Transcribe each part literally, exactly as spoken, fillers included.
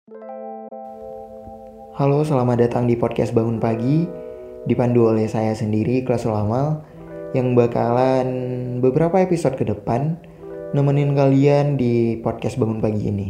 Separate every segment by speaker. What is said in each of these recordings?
Speaker 1: Halo, selamat datang di podcast Bangun Pagi, dipandu oleh saya sendiri, Klasul Amal, yang bakalan beberapa episode ke depan nemenin kalian di podcast Bangun Pagi ini.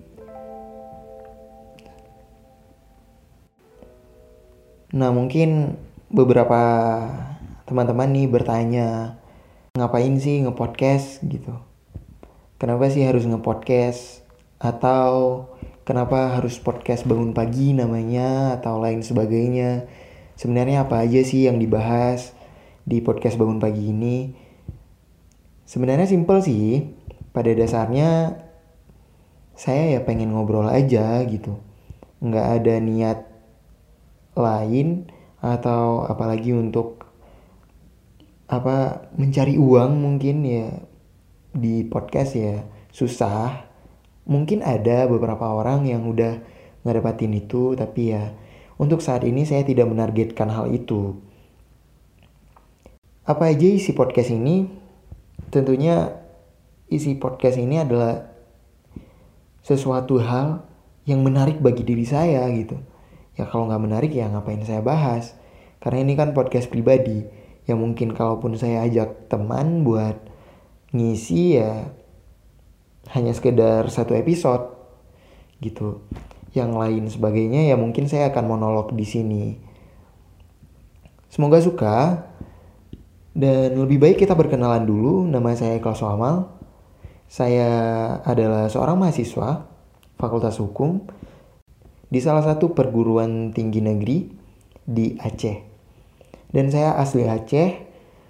Speaker 1: Nah, mungkin beberapa teman-teman nih bertanya, ngapain sih nge-podcast gitu? Kenapa sih harus nge-podcast? Atau kenapa harus podcast bangun pagi namanya atau lain sebagainya? Sebenarnya apa aja sih yang dibahas di podcast bangun pagi ini? Sebenarnya simple sih. Pada dasarnya saya ya pengen ngobrol aja gitu. Nggak ada niat lain atau apalagi untuk apa mencari uang mungkin ya. Di podcast ya susah. Mungkin ada beberapa orang yang udah ngedapatin itu, tapi ya untuk saat ini saya tidak menargetkan hal itu. Apa aja isi podcast ini? Tentunya isi podcast ini adalah sesuatu hal yang menarik bagi diri saya gitu. Ya kalau nggak menarik ya ngapain saya bahas. Karena ini kan podcast pribadi. Ya mungkin kalaupun saya ajak teman buat ngisi ya hanya sekedar satu episode gitu. Yang lain sebagainya ya mungkin saya akan monolog di sini. Semoga suka. Dan lebih baik kita berkenalan dulu. Nama saya Klasul Amal. Saya adalah seorang mahasiswa Fakultas Hukum di salah satu perguruan tinggi negeri di Aceh. Dan saya asli Aceh.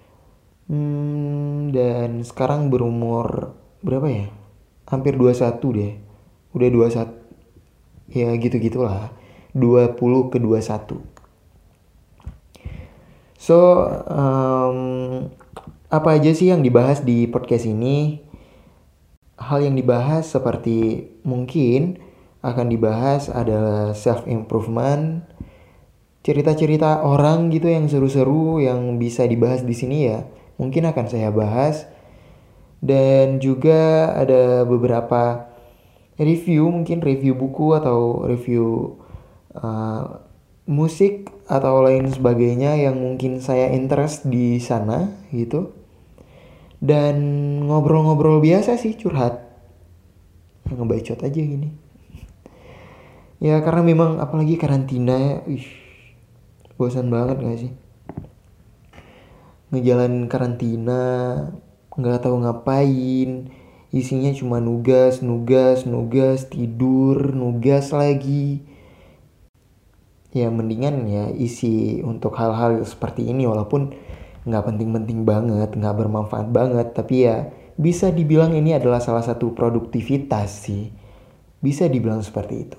Speaker 1: Hmm, dan sekarang berumur berapa ya? Hampir dua puluh satu deh. Udah dua puluh satu. Ya gitu-gitulah. dua puluh ke dua puluh satu. So, um, apa aja sih yang dibahas di podcast ini? Hal yang dibahas seperti mungkin akan dibahas adalah self-improvement, cerita-cerita orang gitu yang seru-seru yang bisa dibahas di sini ya. Mungkin akan saya bahas. Dan juga ada beberapa review, mungkin review buku atau review uh, musik atau lain sebagainya yang mungkin saya interest di sana gitu. Dan ngobrol-ngobrol biasa sih, curhat. Ngebacot aja gini. Ya karena memang apalagi karantina ya, ih, bosan banget gak sih? Ngejalanin karantina, nggak tahu ngapain, isinya cuma nugas, nugas, nugas, tidur, nugas lagi. Ya mendingan ya isi untuk hal-hal seperti ini walaupun nggak penting-penting banget, nggak bermanfaat banget, tapi ya bisa dibilang ini adalah salah satu produktivitas sih. Bisa dibilang seperti itu.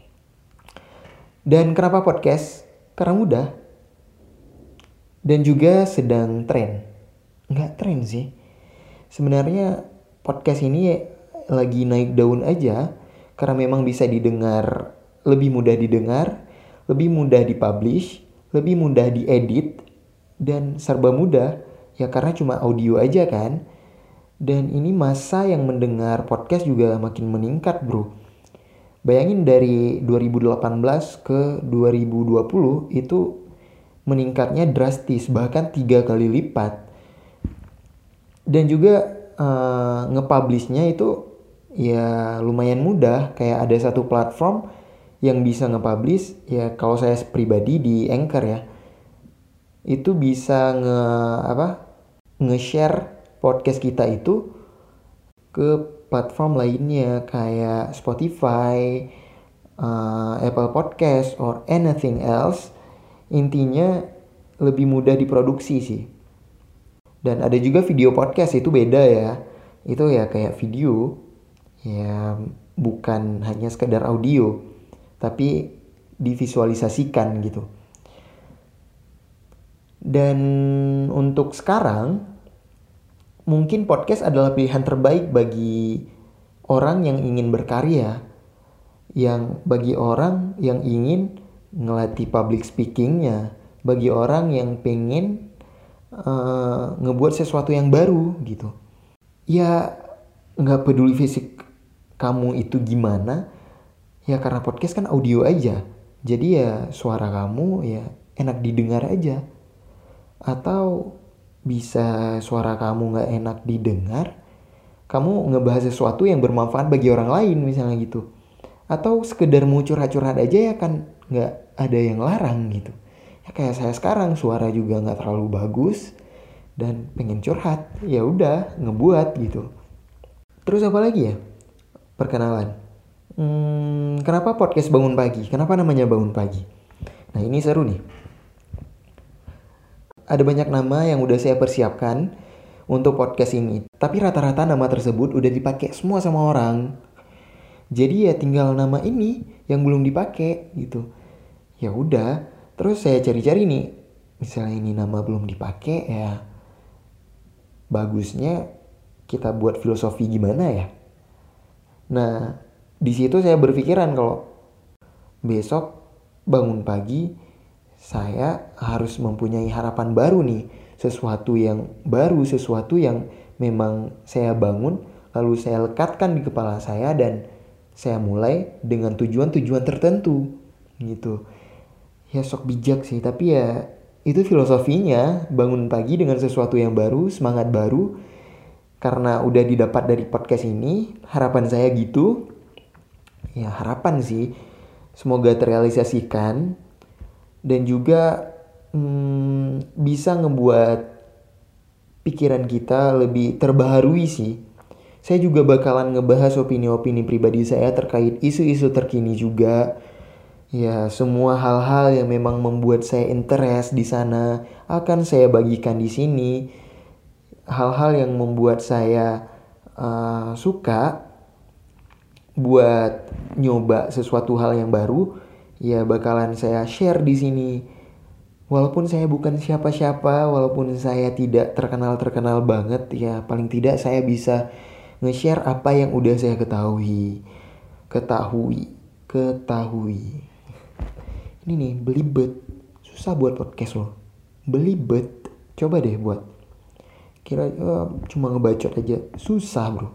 Speaker 1: Dan kenapa podcast? Karena mudah. Dan juga sedang tren. Nggak tren sih. Sebenarnya podcast ini lagi naik daun aja. Karena memang bisa didengar, lebih mudah didengar, lebih mudah dipublish, lebih mudah diedit, dan serba mudah. Ya karena cuma audio aja kan. Dan ini masa yang mendengar podcast juga makin meningkat bro. Bayangin dari dua ribu delapan belas ke dua ribu dua puluh itu meningkatnya drastis, bahkan tiga kali lipat. Dan juga uh, nge-publishnya itu ya lumayan mudah. Kayak ada satu platform yang bisa nge-publish, ya kalau saya pribadi di Anchor ya, itu bisa nge apa nge-share podcast kita itu ke platform lainnya kayak Spotify, uh, Apple Podcast, or anything else. Intinya lebih mudah diproduksi sih. Dan ada juga video podcast, itu beda ya. Itu ya kayak video, ya bukan hanya sekedar audio, tapi divisualisasikan gitu. Dan untuk sekarang, mungkin podcast adalah pilihan terbaik bagi orang yang ingin berkarya. Yang bagi orang yang ingin ngelatih public speakingnya, bagi orang yang pengen uh, ngebuat sesuatu yang baru gitu. Ya nggak peduli fisik kamu itu gimana, Ya karena podcast kan audio aja. Jadi ya suara kamu ya enak didengar aja. Atau bisa suara kamu gak enak didengar, kamu ngebahas sesuatu yang bermanfaat bagi orang lain misalnya gitu. Atau sekedar mau curhat-curhat aja ya kan gak ada yang larang gitu. Ya kayak saya sekarang suara juga gak terlalu bagus dan pengen curhat, ya udah ngebuat gitu. Terus apa lagi ya? Perkenalan. Hmm, kenapa podcast bangun pagi? Kenapa namanya bangun pagi? Nah ini seru nih. Ada banyak nama yang udah saya persiapkan untuk podcast ini. Tapi rata-rata nama tersebut udah dipakai semua sama orang. Jadi ya tinggal nama ini yang belum dipakai gitu. Ya udah, terus saya cari-cari nih. Misalnya ini nama belum dipakai ya. Bagusnya kita buat filosofi gimana ya? Nah, di situ saya berpikiran kalau besok bangun pagi saya harus mempunyai harapan baru nih, sesuatu yang baru, sesuatu yang memang saya bangun lalu saya lekatkan di kepala saya dan saya mulai dengan tujuan-tujuan tertentu gitu. Ya sok bijak sih, tapi ya itu filosofinya, bangun pagi dengan sesuatu yang baru, semangat baru. Karena udah didapat dari podcast ini, harapan saya gitu. Ya harapan sih, semoga terrealisasikan. Dan juga hmm, bisa ngebuat pikiran kita lebih terbaharui sih. Saya juga bakalan ngebahas opini-opini pribadi saya terkait isu-isu terkini juga. Ya semua hal-hal yang memang membuat saya interest di sana akan saya bagikan di sini. Hal-hal yang membuat saya uh, suka buat nyoba sesuatu hal yang baru, ya bakalan saya share di sini. Walaupun saya bukan siapa-siapa, walaupun saya tidak terkenal-terkenal banget, ya paling tidak saya bisa nge-share apa yang udah saya ketahui. Ketahui, ketahui. Ini nih, belibet. Susah buat podcast loh. Belibet. Coba deh buat. Kira oh, cuma ngebacot aja susah bro.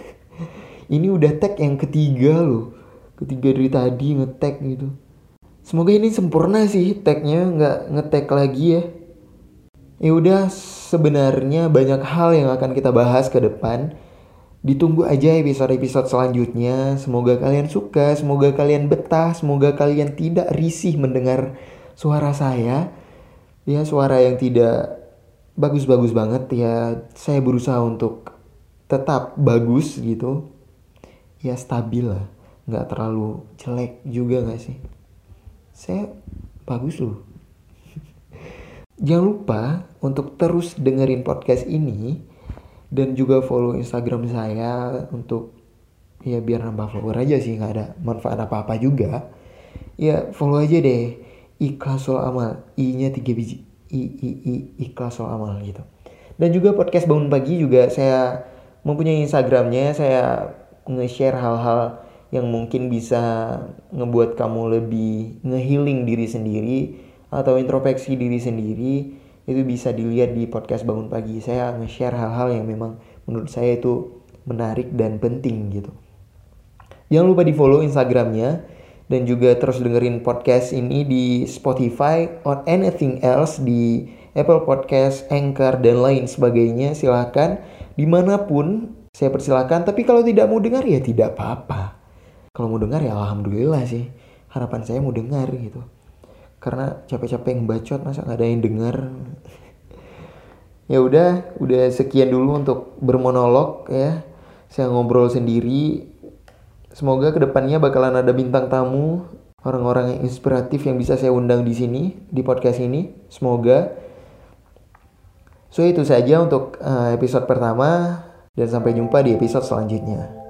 Speaker 1: Ini udah tag yang ketiga loh, ketiga dari tadi nge-tag gitu. Semoga ini sempurna sih tagnya, nggak nge-tag lagi ya. Ya udah, sebenarnya banyak hal yang akan kita bahas ke depan. Ditunggu aja episode-episode selanjutnya. Semoga kalian suka, semoga kalian betah, semoga kalian tidak risih mendengar suara saya. Ya suara yang tidak bagus-bagus banget ya, saya berusaha untuk tetap bagus gitu. Ya stabil lah, gak terlalu jelek juga gak sih. Saya bagus loh. Jangan lupa untuk terus dengerin podcast ini. Dan juga follow Instagram saya untuk ya biar nambah follower aja sih, gak ada manfaat apa-apa juga. Ya follow aja deh, Ikhlasul Amal, I-nya tiga biji. I, I, I, Ikhlasul Amal gitu. Dan juga podcast bangun pagi juga saya mempunyai Instagramnya. Saya nge-share hal-hal yang mungkin bisa ngebuat kamu lebih nge-healing diri sendiri atau introspeksi diri sendiri. Itu bisa dilihat di podcast bangun pagi. Saya nge-share hal-hal yang memang menurut saya itu menarik dan penting gitu. Jangan lupa di follow Instagramnya. Dan juga terus dengerin podcast ini di Spotify or anything else, di Apple Podcast, Anchor, dan lain sebagainya. Silahkan, dimanapun saya persilahkan. Tapi kalau tidak mau dengar ya tidak apa-apa. Kalau mau dengar ya alhamdulillah sih. Harapan saya mau dengar gitu. Karena capek-capek ngebacot masa gak ada yang dengar. Ya udah, udah sekian dulu untuk bermonolog ya. Saya ngobrol sendiri. Semoga kedepannya bakalan ada bintang tamu, orang-orang yang inspiratif yang bisa saya undang di sini, di podcast ini. Semoga. So itu saja untuk episode pertama dan sampai jumpa di episode selanjutnya.